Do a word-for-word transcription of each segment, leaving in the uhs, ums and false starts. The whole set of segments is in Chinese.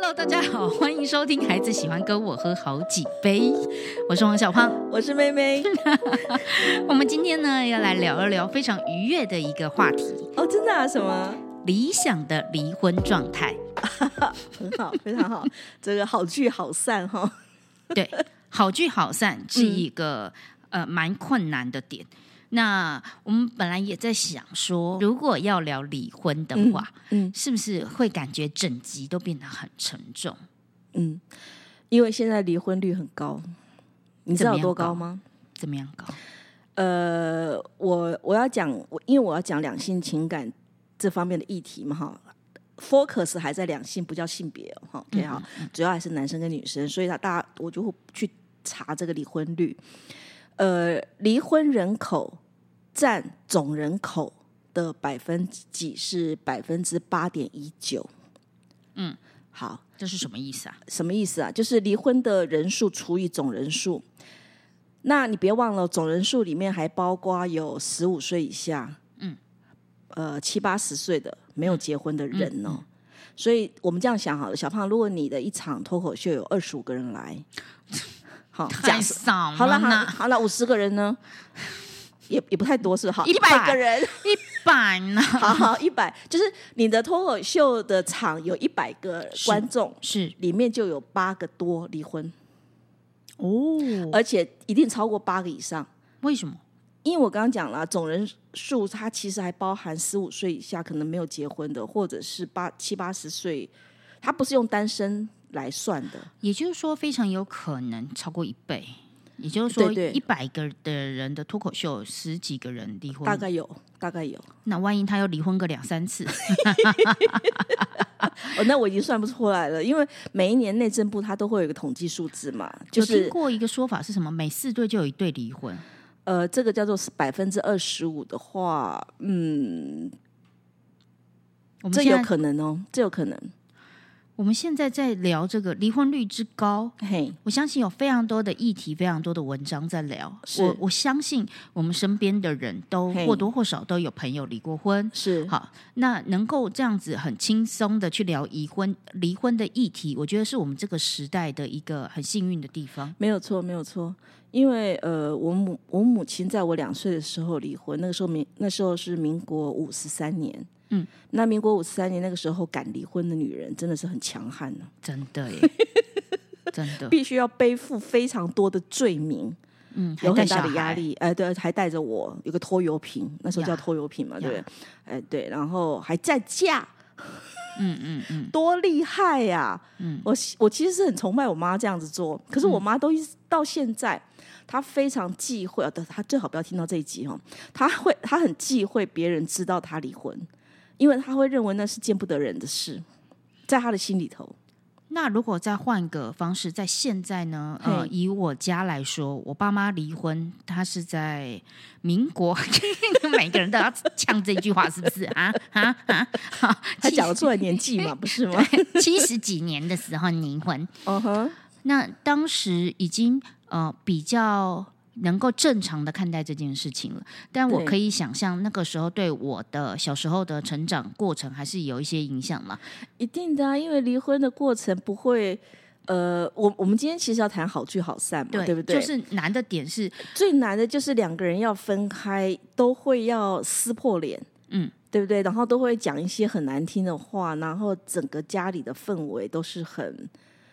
Hello， 大家好，欢迎收听《孩子喜欢跟我喝好几杯》，我是王小胖， 我是妹妹。 我们今天呢要来聊一聊非常愉悦的一个话题哦，真的啊？什么？ 理想的离婚状态。 很好，非常好，这个好聚好散哈、哦。 对，好聚好散是一个、嗯、呃蛮困难的点。那我们本来也在想说，如果要聊离婚的话，嗯嗯、是不是会感觉整集都变得很沉重？ 嗯，因为现在离婚率很高，你知道有多高吗？ 怎么样高？ 呃，我我要讲，因为我要讲两性情感这方面的议题嘛，哈。focus 还在两性，不叫性别哦，哈 ，OK 哈、嗯嗯，主要还是男生跟女生，所以他大家我就会去查这个离婚率。呃，离婚人口占总人口的百分几是百分之八点一九。 嗯， 好， 这是什么意思啊？ 什么意思啊？就是离婚的人数除以总人数。那你别忘了，总人数里面还包括有十五岁以下，嗯，呃，七八十岁的没有结婚的人哦。嗯嗯嗯、所以我们这样想好了，小胖，如果你的一场脱口秀有二十五个人来。好， 太少了。 好了，好了，好了，五十个人呢，也也不太多，是好， 一百个人， 一百呢？ 好好，一百，就是你的脱口秀的场有一百个观众， 是, 是里面就有八个多离婚哦， 而且一定超过八个以上。 为什么？ 因为我刚刚讲了，总人数它其实还包含十五岁以下可能没有结婚的，或者是八七八十岁，它不是用单身来算的， 也就是说非常有可能超过一倍，也就是说一百个的人的脱口秀十几个人离婚， 大概有大概有。 那万一他要离婚个两三次哦，那我已经算不出来了，因为每一年内政部它都会有一个统计数字嘛，就是有听过一个说法是什么？每四对就有一对离婚。 呃，这个叫做百分之二十五的话，嗯，这有可能哦，这有可能。 我们现在在聊这个离婚率之高，嘿，我相信有非常多的议题，非常多的文章在聊。我我相信我们身边的人都或多或少都有朋友离过婚， 是好，那能够这样子很轻松的去聊离婚离婚的议题，我觉得是我们这个时代的一个很幸运的地方。 没有错，没有错。因为呃，我母我母亲在我两岁的时候离婚，那个时候民那时候是民国五十三年。嗯，那民国五十三年那个时候敢离婚的女人真的是很强悍呢、啊， 真的耶，真的必须要背负非常多的罪名，嗯，有很大的压力，哎、呃，对，还带着我有个拖油瓶，那时候叫拖油瓶嘛，对不对？哎，对，然后还再嫁，嗯嗯嗯，多厉害呀、啊！嗯，我我其实是很崇拜我妈这样子做，可是我妈都一直到现在。他非常忌讳，他最好不要听到这一集哦。他会，他很忌讳别人知道他离婚，因为他会认为那是见不得人的事，在他的心里头。 那如果再换个方式，在现在呢？呃，以我家来说，我爸妈离婚，他是在民国，每个人都要呛这句话，是不是啊？啊啊！ 他讲得出来年纪嘛，不是吗？ 七十几年的时候离婚， 嗯哼。 那当时已经呃比较能够正常的看待这件事情了，但我可以想象那个时候对我的小时候的成长过程还是有一些影响嘛。 一定的啊，因为离婚的过程不会，呃，我我们今天其实要谈好聚好散嘛， 对, 对不对？ 就是难的点是最难的就是两个人要分开，都会要撕破脸，嗯，对不对？然后都会讲一些很难听的话，然后整个家里的氛围都是很。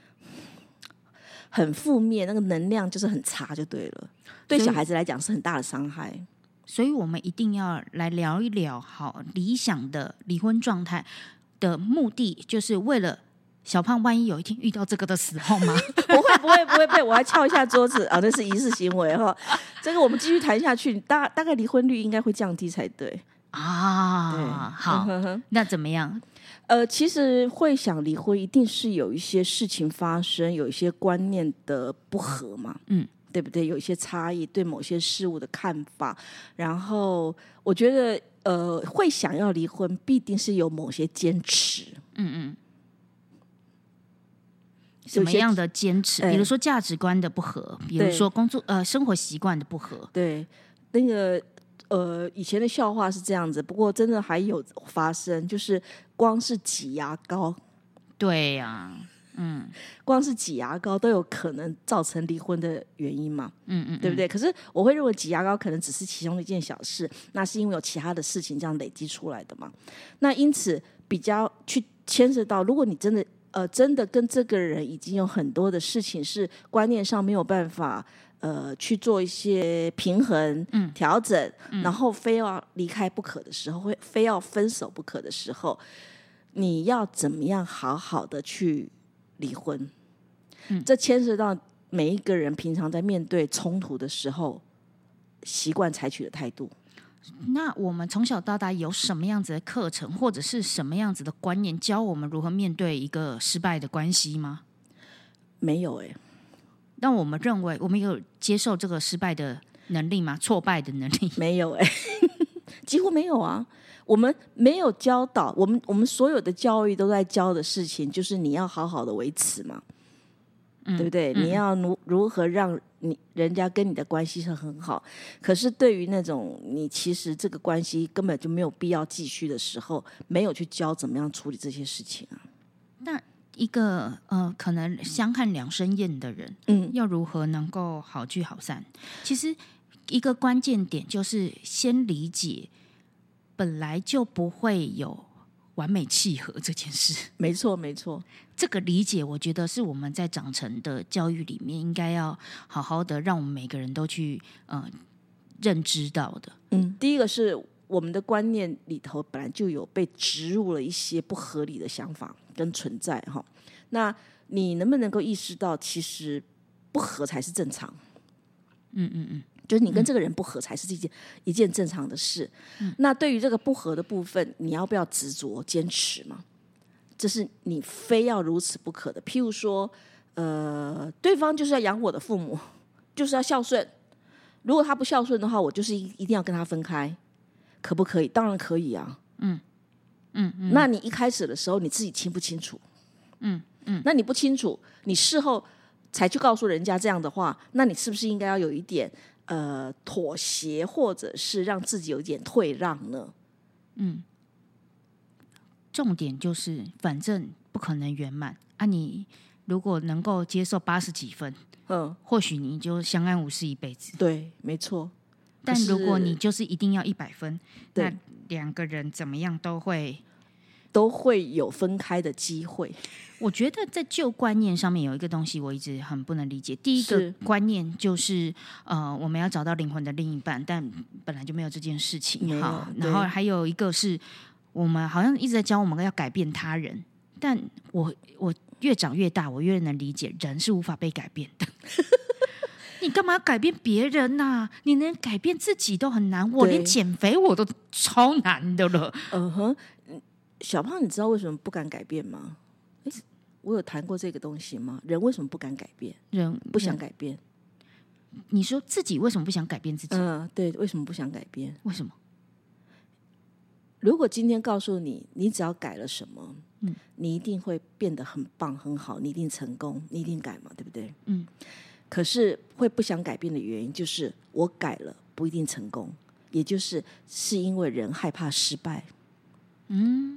很负面，那个能量就是很差就对了，对小孩子来讲是很大的伤害。 所以我们一定要来聊一聊好理想的离婚状态的目的，就是为了小胖万一有一天遇到这个的时候吗？ 不会不会不会，被我还敲一下桌子啊，那是仪式行为哈。这个我们继续谈下去，大大概离婚率应该会降低才对啊。对，好，嗯、那怎么样？ 呃，其实会想离婚，一定是有一些事情发生，有一些观念的不合嘛，嗯，对不对？有一些差异，对某些事物的看法，然后我觉得，呃，会想要离婚，必定是有某些坚持，嗯嗯。 什么样的坚持？比如说价值观的不合，比如说工作呃生活习惯的不合， 对，那个。呃，以前的笑话是这样子，不过真的还有发生，就是光是挤牙膏， 对呀、啊， 嗯，光是挤牙膏都有可能造成离婚的原因嘛，嗯 嗯, 嗯，对不对？可是我会认为挤牙膏可能只是其中的一件小事，那是因为有其他的事情这样累积出来的嘛。那因此比较去牵涉到，如果你真的呃真的跟这个人已经有很多的事情是观念上没有办法呃去做一些平衡、嗯、调整、嗯，然后非要离开不可的时候，会非要分手不可的时候，你要怎么样好好的去离婚？嗯，这牵涉到每一个人平常在面对冲突的时候习惯采取的态度。 那我们从小到大有什么样子的课程，或者是什么样子的观念教我们如何面对一个失败的关系吗？ 没有哎、欸。 但我们认为我们有接受这个失败的能力吗？挫败的能力？ 没有哎、欸，几乎没有啊。我们没有教导，我们我们所有的教育都在教的事情，就是你要好好的维持嘛，嗯、对不对？嗯、你要如如何让你人家跟你的关系是很好，可是对于那种你其实这个关系根本就没有必要继续的时候，没有去教怎么样处理这些事情啊。 那一个呃，可能相看两生厌的人，嗯，要如何能够好聚好散？其实一个关键点就是先理解。本来就不会有完美契合这件事， 没错没错。 这个理解，我觉得是我们在长成的教育里面应该要好好的，让我们每个人都去呃认知到的。 嗯，第一个是我们的观念里头本来就有被植入了一些不合理的想法跟存在哈。那你能不能够意识到，其实不合才是正常？嗯嗯嗯。就是你跟这个人不合才是一件、嗯、一件正常的事、嗯、那对于这个不合的部分，你要不要执着坚持吗？这是你非要如此不可的。譬如说呃，对方就是要养我的父母，就是要孝顺，如果他不孝顺的话，我就是一定要跟他分开，可不可以？当然可以啊。嗯嗯嗯。那你一开始的时候你自己清不清楚？嗯嗯。那你不清楚，你事后才去告诉人家这样的话，那你是不是应该要有一点呃，妥协，或者是让自己有一点退让呢？ 嗯，重点就是反正不可能圆满啊！你如果能够接受八十几分，嗯，或许你就相安无事一辈子。 对，没错。 但如果你就是一定要一百分，那两个人怎么样都会都会有分开的机会。 我觉得在旧观念上面有一个东西我一直很不能理解。第一个观念就是呃，我们要找到灵魂的另一半，但本来就没有这件事情哈。然后还有一个是我们好像一直在教我们要改变他人，但我我越长越大，我越能理解人是无法被改变的。你干嘛改变别人啊？你连改变自己都很难，我连减肥我都超难的了。 嗯哼，小胖，你知道为什么不敢改变吗？我有谈过这个东西吗？人为什么不敢改变？ 人不想改变。 你说自己为什么不想改变自己？ 嗯，对，为什么不想改变？ 为什么？ 如果今天告诉你，你只要改了什么，嗯，你一定会变得很棒、很好，你一定成功，你一定改嘛，对不对？嗯。可是会不想改变的原因，就是我改了不一定成功，也就是是因为人害怕失败。嗯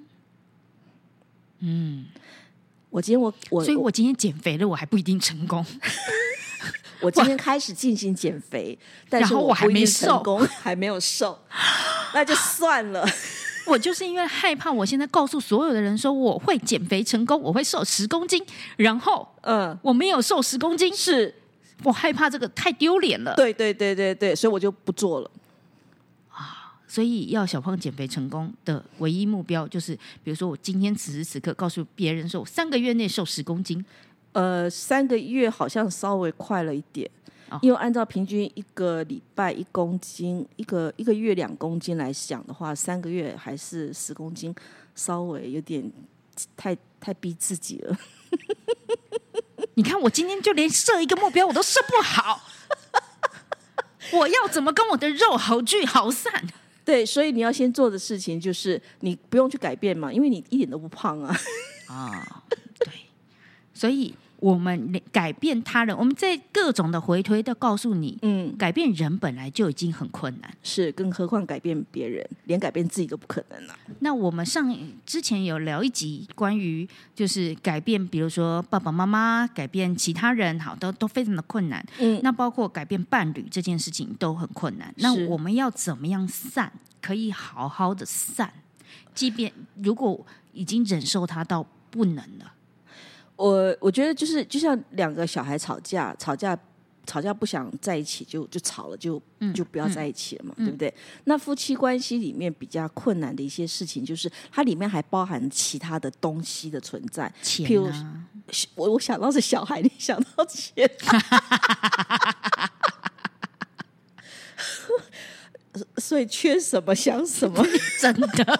嗯。我今天我我， 所以我今天减肥了，我还不一定成功。 我今天开始进行减肥，但是我还没成功，还没有瘦，那就算了。 我就是因为害怕，我现在告诉所有的人说我会减肥成功，我会瘦十公斤，然后嗯，我没有瘦十公斤， 是我害怕这个太丢脸了。 对对对对对，所以我就不做了。 所以要小胖减肥成功的唯一目标就是，比如说我今天此时此刻告诉别人说我三个月内瘦十公斤， 呃，三个月好像稍微快了一点，哦、因为按照平均一个礼拜一公斤，一个一个月两公斤来想的话，三个月还是十公斤，稍微有点太太逼自己了。 你看我今天就连设一个目标我都设不好，我要怎么跟我的肉好聚好散？ 对，所以你要先做的事情就是你不用去改变嘛，因为你一点都不胖啊。 啊，对，所以我们改变他人，我们在各种的回推都告诉你， 嗯， 改变人本来就已经很困难， 是，更何况改变别人，连改变自己都不可能了、啊。 那我们上之前有聊一集关于就是改变，比如说爸爸妈妈，改变其他人，好，都都非常的困难。嗯，那包括改变伴侣这件事情都很困难。那我们要怎么样散，可以好好的散，即便如果已经忍受它到不能了。 我我觉得就是就像两个小孩吵架，吵架吵架不想在一起就就吵了，就就不要在一起了嘛，嗯、对不对？那夫妻关系里面比较困难的一些事情，就是它里面还包含其他的东西的存在， 钱啊、 譬如我我想到是小孩，你想到钱。所以缺什么想什么， 真的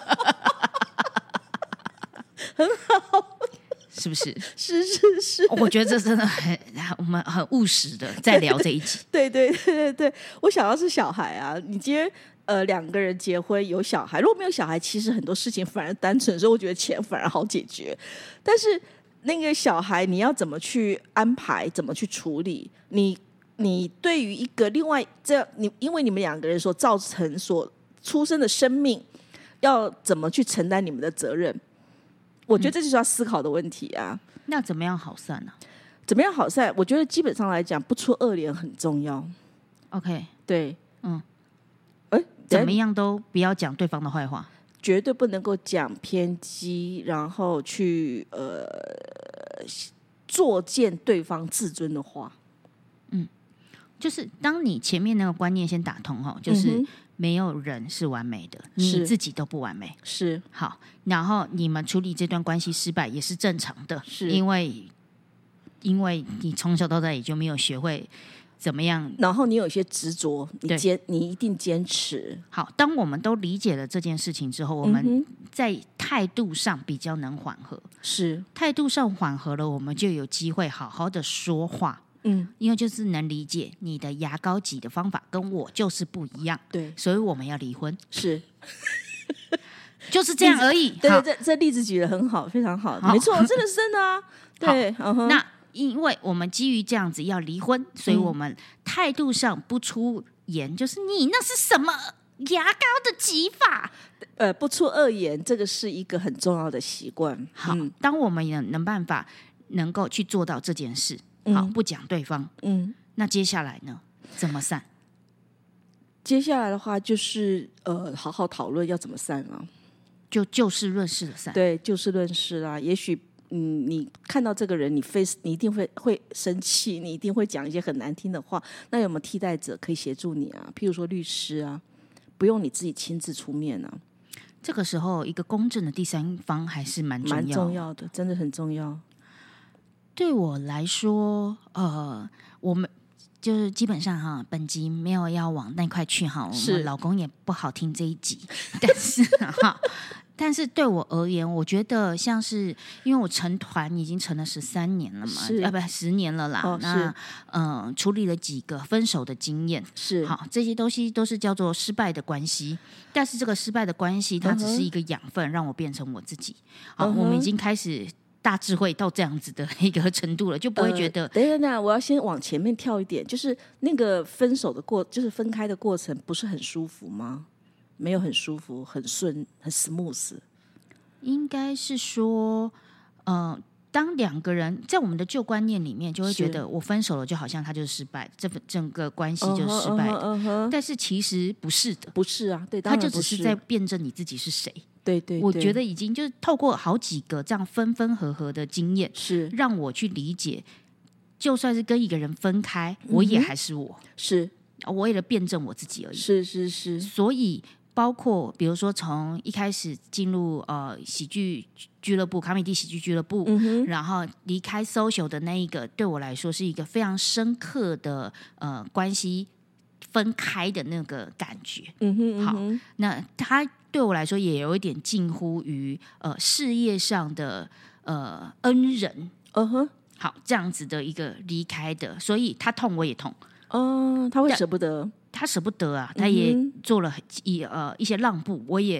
很好。 是不是？ 是是是， 我觉得这真的很，我们很务实的在聊这一集。 对对对对对，我想到是小孩啊，你今天呃两个人结婚有小孩，如果没有小孩，其实很多事情反而单纯，所以我觉得钱反而好解决。但是那个小孩你要怎么去安排，怎么去处理？你你对于一个另外这样，你因为你们两个人所造成所出生的生命，要怎么去承担你们的责任？我觉得这就是要思考的问题啊。 嗯、那怎么样好散呢、啊？ 怎么样好散？我觉得基本上来讲，不出恶言很重要。 OK， 对， 嗯，哎，怎么样都不要讲对方的坏话， 绝对不能够讲偏激，然后去呃作践对方自尊的话。 嗯，就是当你前面那个观念先打通哈，就是。嗯没有人是完美的，你自己都不完美。 是好，然后你们处理这段关系失败也是正常的， 是因为因为你从小到大也就没有学会怎么样， 然后你有一些执着，你坚你一定坚持。 好，当我们都理解了这件事情之后，我们在态度上比较能缓和， 是态度上缓和了，我们就有机会好好的说话。嗯，因为就是能理解你的牙膏挤的方法跟我就是不一样， 对， 所以我们要离婚， 是， 就是这样而已。 对，这这例子举得很好，非常好，好没错，真的是真的啊。对， uh-huh、那因为我们基于这样子要离婚，所以我们态度上不出言，就是你那是什么牙膏的挤法？ 呃，不出恶言，这个是一个很重要的习惯。 好，嗯、当我们能能办法能够去做到这件事。好，不讲对方。嗯，那接下来呢？怎么散？ 接下来的话就是呃，好好讨论要怎么散啊， 就就事论事的散。 对，就事论事啦。也许嗯，你看到这个人，你非你一定会会生气，你一定会讲一些很难听的话。那有没有替代者可以协助你啊？譬如说律师啊，不用你自己亲自出面啊。 这个时候，一个公正的第三方还是蛮重要的， 蛮重要的，真的很重要。 对我来说，呃，我们就是基本上哈，本集没有要往那块去哈，我们老公也不好听这一集，但是哈，但是对我而言，我觉得像是因为我成团已经成了十三年了嘛，啊不十年了啦， 哦、 那嗯、呃，处理了几个分手的经验， 是好，这些东西都是叫做失败的关系，但是这个失败的关系，它只是一个养分，让我变成我自己。好，嗯、我们已经开始。大智慧到这样子的一个程度了，就不会觉得。 呃、等一下，我要先往前面跳一点，就是那个分手的过，就是分开的过程，不是很舒服吗？没有很舒服，很顺，很 smooth。 应该是说，呃，当两个人在我们的旧观念里面，就会觉得我分手了，就好像他就是失败，这整个关系就是失败的。Uh-huh, uh-huh. 但是其实不是的， 不是啊，对，当然不是， 他就只是在辩证你自己是谁。 对 对, 对， 我觉得已经就是透过好几个这样分分合合的经验， 是让我去理解，就算是跟一个人分开，嗯、我也还是我， 是我为了辩证我自己而已。 是是是， 所以包括比如说从一开始进入呃喜剧俱乐部卡米蒂喜剧俱乐部、嗯，然后离开 social 的那一个，对我来说是一个非常深刻的呃关系分开的那个感觉。嗯哼，嗯哼，好，那他。对我来说，也有一点近乎于呃事业上的呃恩人，嗯哼，好这样子的一个离开的，所以他痛我也痛， 哦，他会舍不得， 他舍不得啊，他也做了一呃一些让步，我也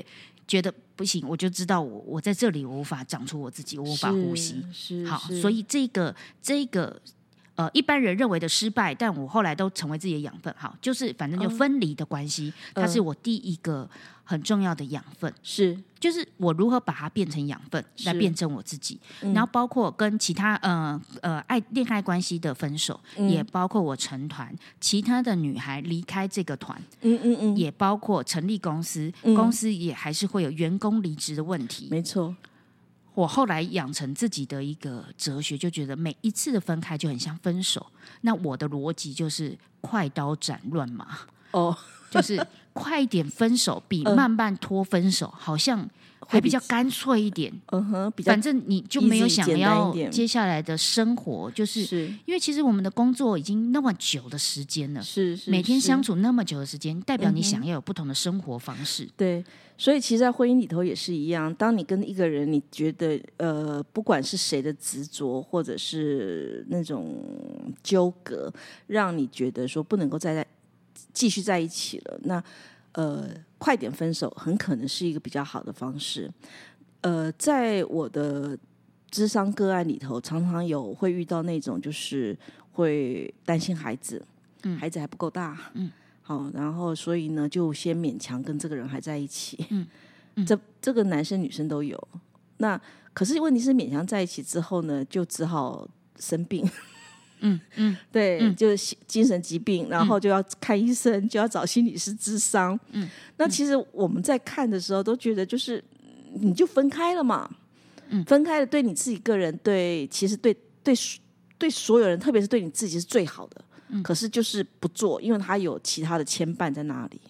觉得不行，我就知道我我在这里我无法长出我自己，我无法呼吸。好，所以这个这个呃一般人认为的失败，但我后来都成为自己的养分。好，就是反正就分离的关系，嗯、它是我第一个很重要的养分。 是， 就是我如何把它变成养分，来变成我自己。然后包括跟其他呃呃爱恋爱关系的分手，嗯、也包括我成团，其他的女孩离开这个团，嗯嗯嗯，也包括成立公司，嗯、公司也还是会有员工离职的问题。 没错。 我后来养成自己的一个哲学，就觉得每一次的分开就很像分手。那我的逻辑就是快刀斩乱麻哦，就是快一点分手比慢慢拖分手、呃、好像还比较干脆一点。嗯哼，比较反正你就没有想要接下来的生活，就是因为其实我们的工作已经那么久的时间了，是是每天相处那么久的时间，代表你想要有不同的生活方式。嗯、 对。所以其实在婚姻里头也是一样，当你跟一个人你觉得呃不管是谁的执着或者是那种纠葛让你觉得说不能够再在继续在一起了，那呃快点分手很可能是一个比较好的方式。呃在我的諮商个案里头常常有会遇到那种就是会担心孩子，嗯、孩子还不够大，嗯好，然后所以呢，就先勉强跟这个人还在一起。嗯，嗯这这个男生女生都有。那可是问题是，勉强在一起之后呢，就只好生病。嗯嗯，对，嗯、就是精神疾病，然后就要看医生，嗯、就要找心理师諮商。嗯，那其实我们在看的时候都觉得，就是你就分开了嘛。嗯，分开了，对你自己个人，对，其实对对对所有人，特别是对你自己是最好的。嗯、可是就是不做，因为他有其他的牵绊在那里。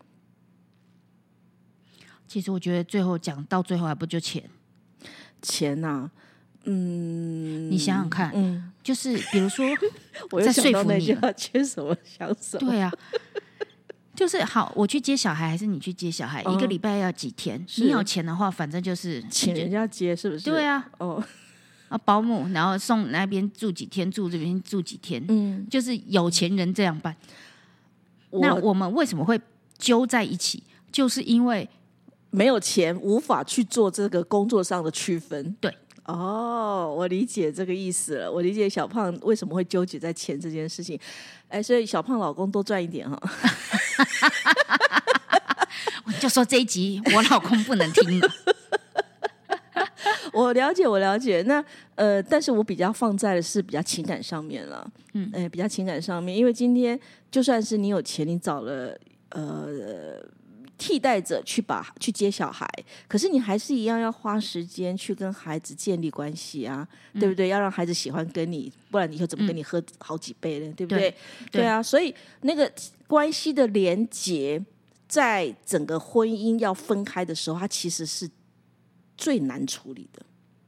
其实我觉得最后讲到最后还不就钱？ 钱呐、啊，嗯， 你想想看，嗯，就是比如说，我在说服你了，缺什么想什么？ 对啊，就是好，我去接小孩还是你去接小孩？嗯、一个礼拜要几天？你有钱的话，反正就是请人家接，是不是？ 对啊，哦。啊，保姆，然后送那边住几天，住这边住几天，嗯，就是有钱人这样办。那我们为什么会揪在一起？就是因为没有钱，无法去做这个工作上的区分。 对， 哦，我理解这个意思了。我理解小胖为什么会纠结在钱这件事情。哎，所以小胖老公多赚一点哈。 我就说这一集我老公不能听了。 我了解，我了解。那呃，但是我比较放在的是比较情感上面了，嗯，哎、呃，比较情感上面，因为今天就算是你有钱，你找了呃替代者去把去接小孩，可是你还是一样要花时间去跟孩子建立关系啊，嗯、对不对？要让孩子喜欢跟你，不然你以后怎么跟你喝好几杯呢？嗯、对不对？对？对啊，所以那个关系的连结，在整个婚姻要分开的时候，它其实是最难处理的。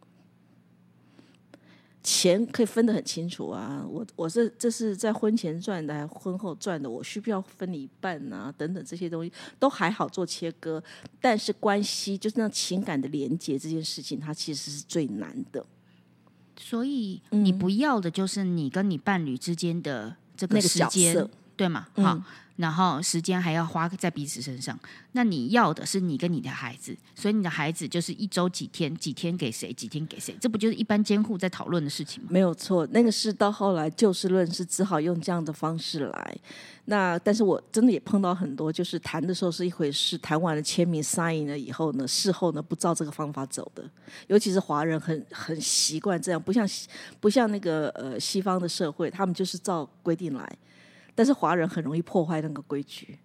钱可以分得很清楚啊，我我是这是在婚前赚的，还婚后赚的，我需不要分你一半啊？等等这些东西都还好做切割，但是关系就是那情感的连结这件事情，它其实是最难的。 所以你不要的就是你跟你伴侣之间的这个时间，那个、对吗？好。嗯，然后时间还要花在彼此身上，那你要的是你跟你的孩子，所以你的孩子就是一周几天，几天给谁，几天给谁，这不就是一般监护在讨论的事情吗？ 没有错，那个是到后来就事论事，只好用这样的方式来。那但是我真的也碰到很多，就是谈的时候是一回事，谈完了签名 sign 了以后呢，事后呢不照这个方法走的，尤其是华人很很习惯这样，不像不像那个呃西方的社会，他们就是照规定来。但是华人很容易破坏那个规矩，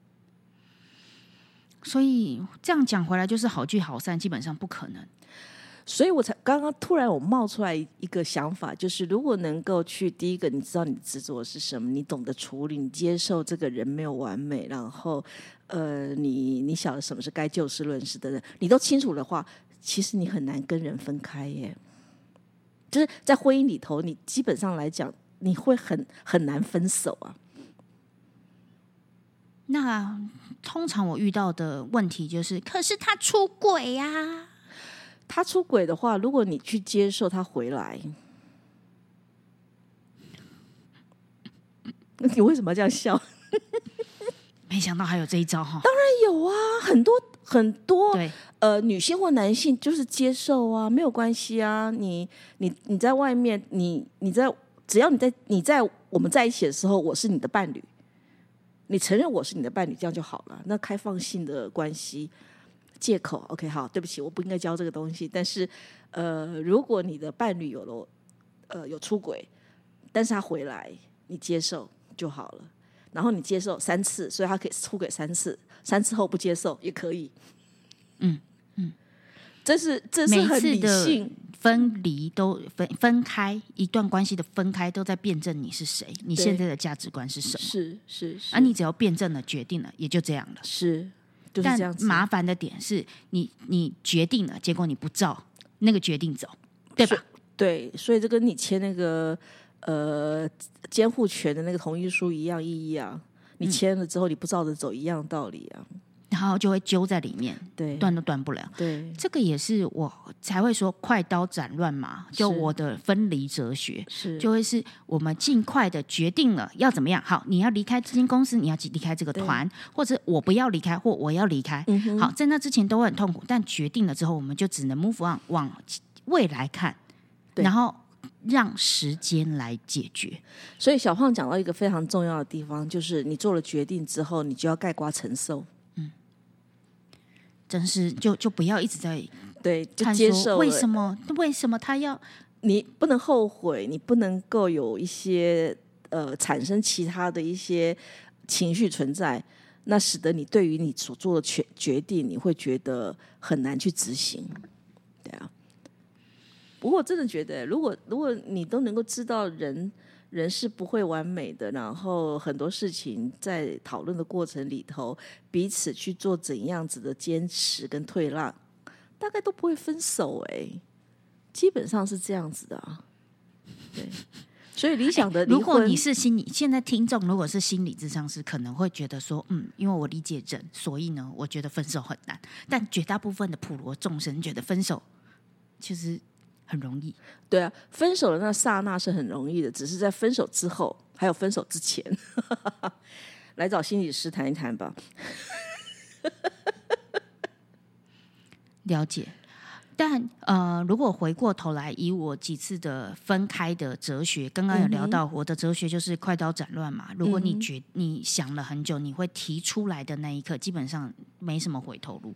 所以这样讲回来，就是好聚好散基本上不可能。 所以我才刚刚突然我冒出来一个想法，就是如果能够去第一个，你知道你的执着是什么，你懂得处理，你接受这个人没有完美，然后呃，你你晓得什么是该就事论事的人，你都清楚的话，其实你很难跟人分开耶。就是在婚姻里头，你基本上来讲，你会很很难分手啊。 那通常我遇到的问题就是，可是他出轨呀、啊。 他出轨的话，如果你去接受他回来，你为什么要这样笑？ 没想到还有这一招哈！ 当然有啊，很多很多。 对， 呃，女性或男性就是接受啊，没有关系啊。你你你在外面，你你在只要你在你在我们在一起的时候，我是你的伴侣，你承认我是你的伴侣，这样就好了。那开放性的关系，借口 OK 好，对不起，我不应该教这个东西。但是呃，如果你的伴侣有了呃有出轨，但是他回来，你接受就好了。然后你接受三次，所以他可以出轨三次，三次后不接受也可以。嗯。嗯，这是这是很理性， 分离都分分开一段关系的分开，都在辩证你是谁，你现在的价值观是什么？ 是是是， 而、啊、你只要辩证了、决定了，也就这样了。 是，就是这样子。 但麻烦的点是你你决定了，结果你不照那个决定走，对吧？ 对，所以这跟你签那个呃监护权的那个同意书一样意义啊。你签了之后，你不照着走，一样道理啊。 然后就会揪在里面， 对， 断都断不了。 对， 这个也是我才会说快刀斩乱麻，就我的分离哲学， 是就会是我们尽快的决定了要怎么样。好，你要离开这间公司，你要离开这个团，或者我不要离开，或我要离开。嗯、好，在那之前都会很痛苦，但决定了之后，我们就只能 move on 往未来看，然后让时间来解决。 所以小胖讲到一个非常重要的地方，就是你做了决定之后，你就要概括承受。 真是就就不要一直在对就接受为什么为什么他要你不能后悔，你不能够有一些呃产生其他的一些情绪存在，那使得你对于你所做的决决定，你会觉得很难去执行。对啊，不过我真的觉得，如果如果你都能够知道人。人是不会完美的，然后很多事情在讨论的过程里头，彼此去做怎样子的坚持跟退让，大概都不会分手哎、欸，基本上是这样子的啊。对，所以理想的离婚、欸， 如果你是心理，现在听众如果是心理咨商师，可能会觉得说，嗯，因为我理解人，所以呢，我觉得分手很难。但绝大部分的普罗众生觉得分手其实很容易。 对啊，分手的那刹那是很容易的，只是在分手之后，还有分手之前，来找心理师谈一谈吧。 了解，但呃，如果回过头来，以我几次的分开的哲学，刚刚有聊到，我的哲学就是快刀斩乱麻。如果你觉你想了很久，你会提出来的那一刻，基本上没什么回头路。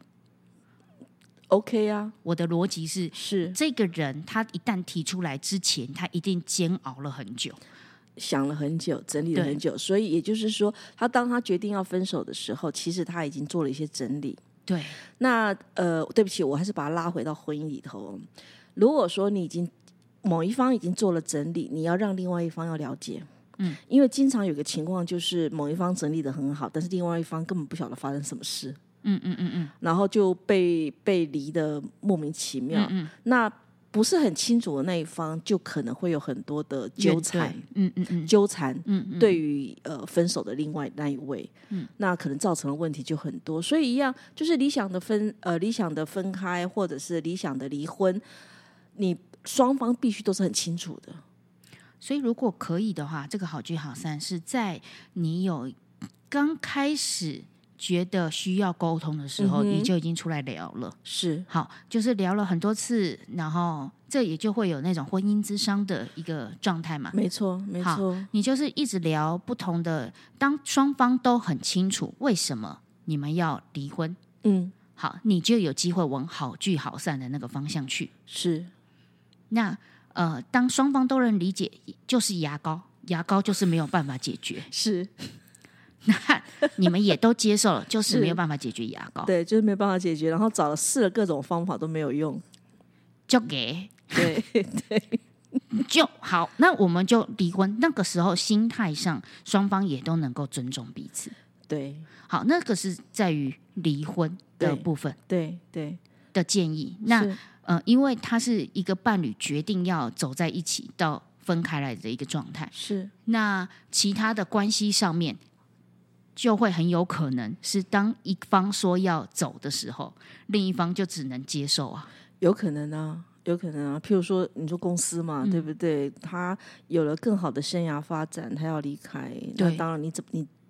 OK 啊， 我的逻辑是是这个人他一旦提出来之前，他一定煎熬了很久， 想了很久，整理了很久，所以也就是说，他当他决定要分手的时候，其实他已经做了一些整理。 对， 那呃，对不起，我还是把它拉回到婚姻里头。如果说你已经某一方已经做了整理，你要让另外一方要了解。嗯，因为经常有个情况就是某一方整理的很好，但是另外一方根本不晓得发生什么事。嗯嗯嗯嗯，然后就被被离得莫名其妙。嗯嗯，那不是很清楚的那一方，就可能会有很多的纠缠。嗯嗯嗯，纠缠。嗯嗯，对于呃分手的另外那一位，嗯，那可能造成的问题就很多。所以一样，就是理想的分呃理想的分开，或者是理想的离婚，你双方必须都是很清楚的。 所以如果可以的话，这个好聚好散是在你有刚开始觉得需要沟通的时候，嗯、你就已经出来聊了。 是， 好，就是聊了很多次，然后这也就会有那种婚姻諮商的一个状态嘛。 没错，没错。 你就是一直聊不同的，当双方都很清楚为什么你们要离婚，嗯，好，你就有机会往好聚好散的那个方向去。 是， 那呃，当双方都能理解，就是牙膏，牙膏就是没有办法解决。 是。 那你们也都接受了，就是没有办法解决牙膏， 对，就是没有办法解决，然后找了试了各种方法都没有用， 就给对对就好，那我们就离婚。那个时候心态上双方也都能够尊重彼此， 对， 好，那个是在于离婚的部分， 对对的建议。那呃，因为他是一个伴侣决定要走在一起到分开来的一个状态， 是那其他的关系上面。就会很有可能是当一方说要走的时候，另一方就只能接受啊， 有可能啊，有可能啊。譬如说，你说公司嘛，嗯、对不对？他有了更好的生涯发展，他要离开，那当然你怎你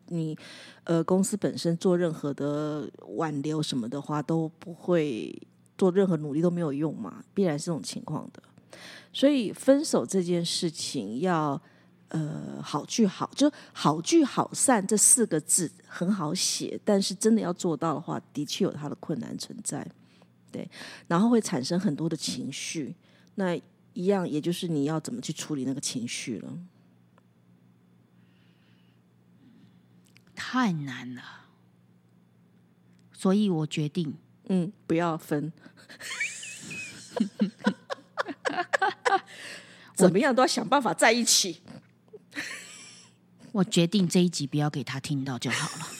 你呃公司本身做任何的挽留什么的话，都不会做任何努力都没有用嘛，必然是这种情况的。所以分手这件事情要呃好聚好，就好聚好散这四个字很好写，但是真的要做到的话，的确有它的困难存在。对，然后会产生很多的情绪，那一样也就是你要怎么去处理那个情绪了。 太难了，所以我决定， 嗯，不要分，怎么样都要想办法在一起。 我决定这一集不要给他听到就好了。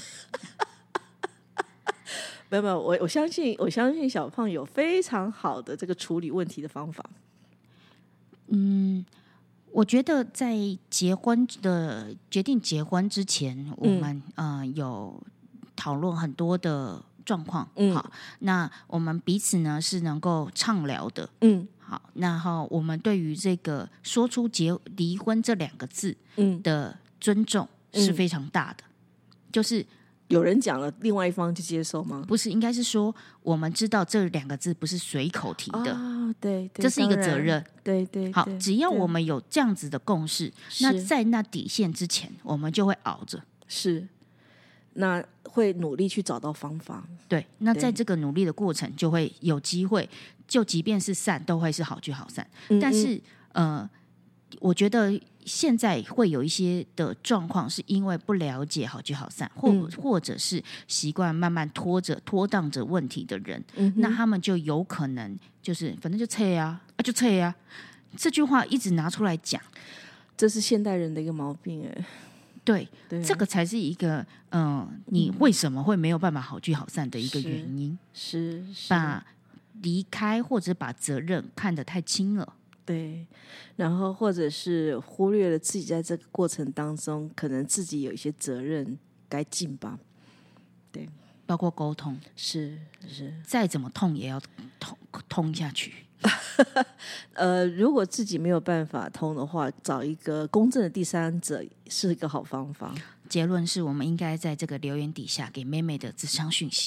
没有没有，我我相信我相信小胖有非常好的这个处理问题的方法。 嗯，我觉得在结婚的决定结婚之前，我们、嗯、呃有讨论很多的状况。嗯，好，那我们彼此呢是能够畅聊的。嗯，好，然后我们对于这个说出结离婚这两个字的尊重是非常大的，嗯、就是有人讲了，另外一方就接受吗？ 不是，应该是说我们知道这两个字不是随口提的。 哦、对, 对， 这是一个责任。 对 对, 对， 好，只要我们有这样子的共识，那在那底线之前，我们就会熬着。是， 那会努力去找到方法。 对，那在这个努力的过程，就会有机会，就即便是散，都会是好聚好散。嗯嗯，但是，呃，我觉得现在会有一些的状况，是因为不了解好聚好散，或、嗯、或者是习惯慢慢拖着拖荡着问题的人、嗯，那他们就有可能就是反正就撤啊，啊就撤啊，这句话一直拿出来讲， 这是现代人的一个毛病哎。 对，对，这个才是一个嗯、呃，你为什么会没有办法好聚好散的一个原因， 是, 是, 是把离开或者把责任看得太轻了。 对，然后或者是忽略了自己在这个过程当中可能自己有一些责任该尽吧。对， 包括沟通， 是是， 再怎么痛也要通通下去。 呃，如果自己没有办法通的话，找一个公正的第三者是一个好方法。 结论是我们应该在这个留言底下给妹妹的諮商讯息。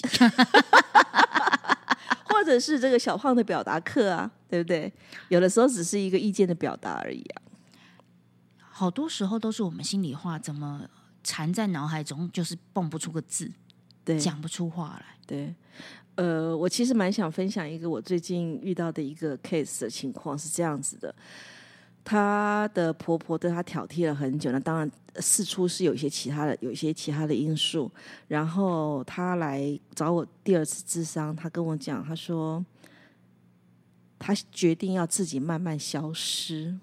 或者是这个小胖的表达课啊，对不对？有的时候只是一个意见的表达而已啊。 好多时候都是我们心里话怎么缠在脑海中，就是蹦不出个字，对，讲不出话来。 对，呃，我其实蛮想分享一个我最近遇到的一个 case 的情况是这样子的。她的婆婆对她挑剔了很久，那当然事出是有一些其他的有一些其他的因素，然后她来找我第二次諮商，她跟我讲，她说她决定要自己慢慢消失。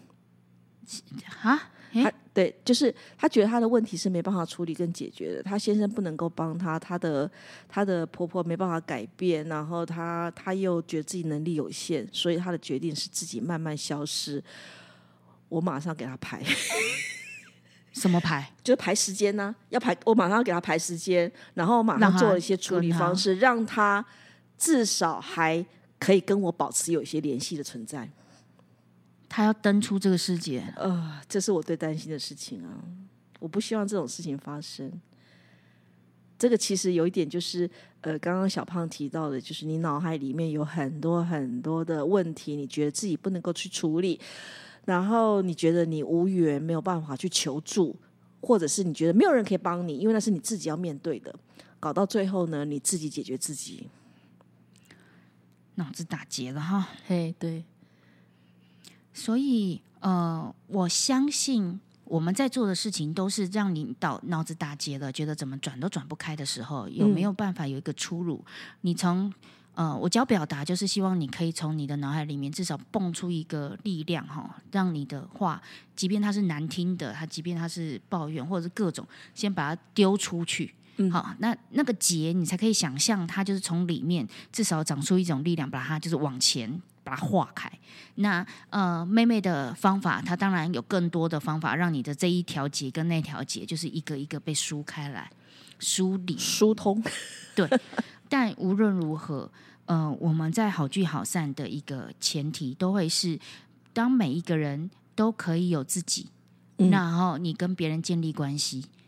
啊？ 他对，就是他觉得他的问题是没办法处理跟解决的，他先生不能够帮他，他的他的婆婆没办法改变，然后他他又觉得自己能力有限，所以他的决定是自己慢慢消失。我马上给他排什么排？ 就是排时间呢、啊，要排，我马上要给他排时间，然后马上做了一些处理方式，让他至少还可以跟我保持有一些联系的存在。 他要登出这个世界， 呃，这是我最担心的事情啊！我不希望这种事情发生。这个其实有一点就是，呃，刚刚小胖提到的，就是你脑海里面有很多很多的问题，你觉得自己不能够去处理，然后你觉得你无缘，没有办法去求助，或者是你觉得没有人可以帮你，因为那是你自己要面对的，搞到最后呢，你自己解决自己， 脑子打结了哈。 嘿，对。 所以，呃，我相信我们在做的事情都是让你到脑子打结了，觉得怎么转都转不开的时候，有没有办法有一个出路？嗯、你从呃，我教表达就是希望你可以从你的脑海里面至少蹦出一个力量哈，让你的话，即便它是难听的，它即便它是抱怨或者是各种，先把它丢出去。嗯、好，那那个结你才可以想象，它就是从里面至少长出一种力量，把它就是往前。把它化开。那呃，妹妹的方法，她当然有更多的方法，让你的这一条结跟那条结，就是一个一个被梳开来、梳理、 疏通。 对，但无论如何，呃，我们在好聚好散的一个前提，都会是当每一个人都可以有自己，嗯、然后你跟别人建立关系，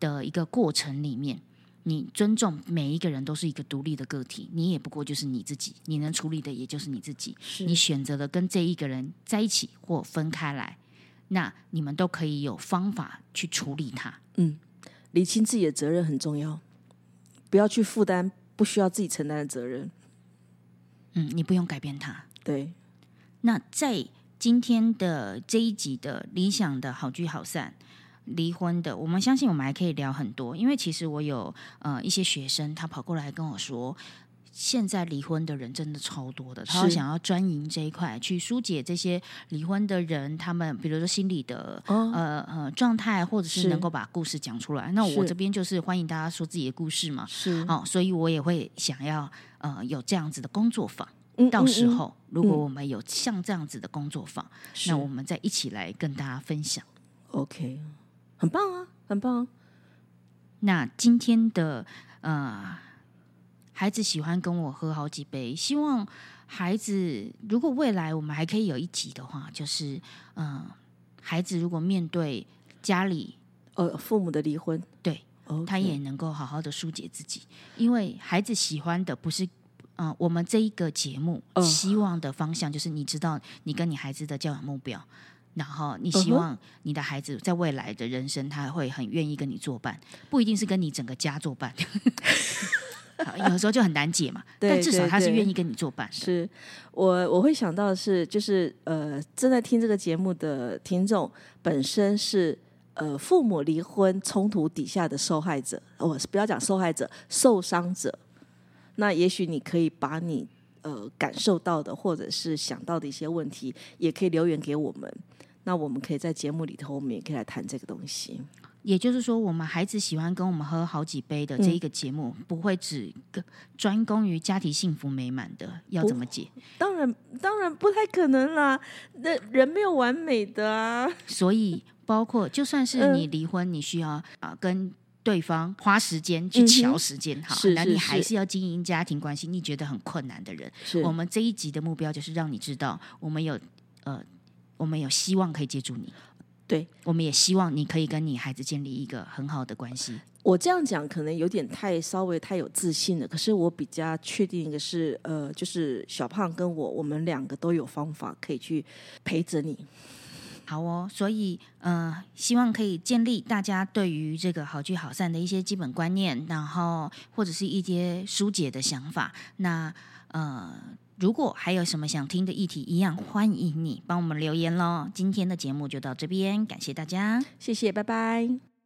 的一个过程里面，你尊重每一个人都是一个独立的个体，你也不过就是你自己，你能处理的也就是你自己。你选择了跟这一个人在一起或分开来，那你们都可以有方法去处理它。 嗯，理清自己的责任很重要，不要去负担不需要自己承担的责任。 嗯，你不用改变它。 对。 那在今天的这一集的理想的好聚好散离婚的，我们相信我们还可以聊很多，因为其实我有呃一些学生他跑过来跟我说，现在离婚的人真的超多的，他想要专营这一块去疏解这些离婚的人他们比如说心理的、哦、呃呃状态，或者是能够把故事讲出来。那我这边就是欢迎大家说自己的故事嘛，是、哦、所以我也会想要呃有这样子的工作坊。到时候、嗯嗯嗯、如果我们有像这样子的工作坊、嗯、那我们再一起来跟大家分享。 OK， 很棒啊，很棒。 那今天的呃孩子喜欢跟我喝好几杯，希望孩子如果未来我们还可以有一集的话，就是呃孩子如果面对家里呃父母的离婚， 对、okay. 他也能够好好的疏解自己，因为孩子喜欢的不是嗯，我们这一个节目、uh, 希望的方向就是你知道你跟你孩子的教养目标，然后你希望你的孩子在未来的人生他会很愿意跟你作伴，不一定是跟你整个家作伴有时候就很难解嘛，但至少他是愿意跟你作伴的。 是我我会想到的是就是呃正在听这个节目的听众本身是呃父母离婚冲突底下的受害者，我、哦、不要讲受害者，受伤者。那也许你可以把你呃感受到的或者是想到的一些问题也可以留言给我们，那我们可以在节目里头我们也可以来谈这个东西。 也就是说我们孩子喜欢跟我们喝好几杯的这一个节目、嗯、不会只专攻于家庭幸福美满的，要怎么解？ 当然当然不太可能啦，那人没有完美的啊。 所以包括就算是你离婚、嗯、你需要啊跟对方花时间去瞧时间、嗯、好，那你还是要经营家庭关系，你觉得很困难的人，我们这一集的目标就是让你知道我们有呃，我们有希望可以接住你， 对， 我们也希望你可以跟你孩子建立一个很好的关系。 我这样讲可能有点太稍微太有自信了，可是我比较确定一个是呃，就是小胖跟我我们两个都有方法可以去陪着你。 好哦，所以呃，希望可以建立大家对于这个好聚好散的一些基本观念，然后或者是一些疏解的想法。那呃，如果还有什么想听的议题，一样欢迎你帮我们留言咯。今天的节目就到这边，感谢大家， 谢谢，拜拜。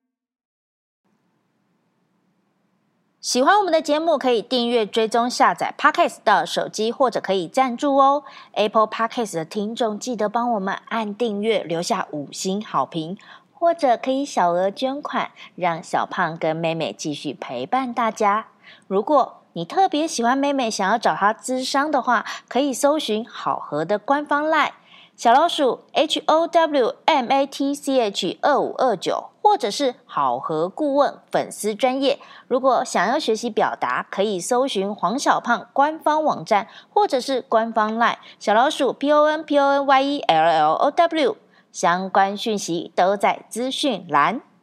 喜欢我们的节目，可以订阅、追踪、下载 Podcast 的手机，或者可以赞助哦。Apple Podcast 的听众记得帮我们按订阅，留下五星好评，或者可以小额捐款，让小胖跟妹妹继续陪伴大家。如果你特别喜欢妹妹，想要找她咨商的话，可以搜寻好和的官方 LINE 小老鼠 H O W M A T C H 二五二九，或者是好和顾问粉丝专页。如果想要学习表达，可以搜寻黄小胖官方网站，或者是官方 LINE 小老鼠 P O N P O N Y E L L O W， 相关讯息都在资讯栏。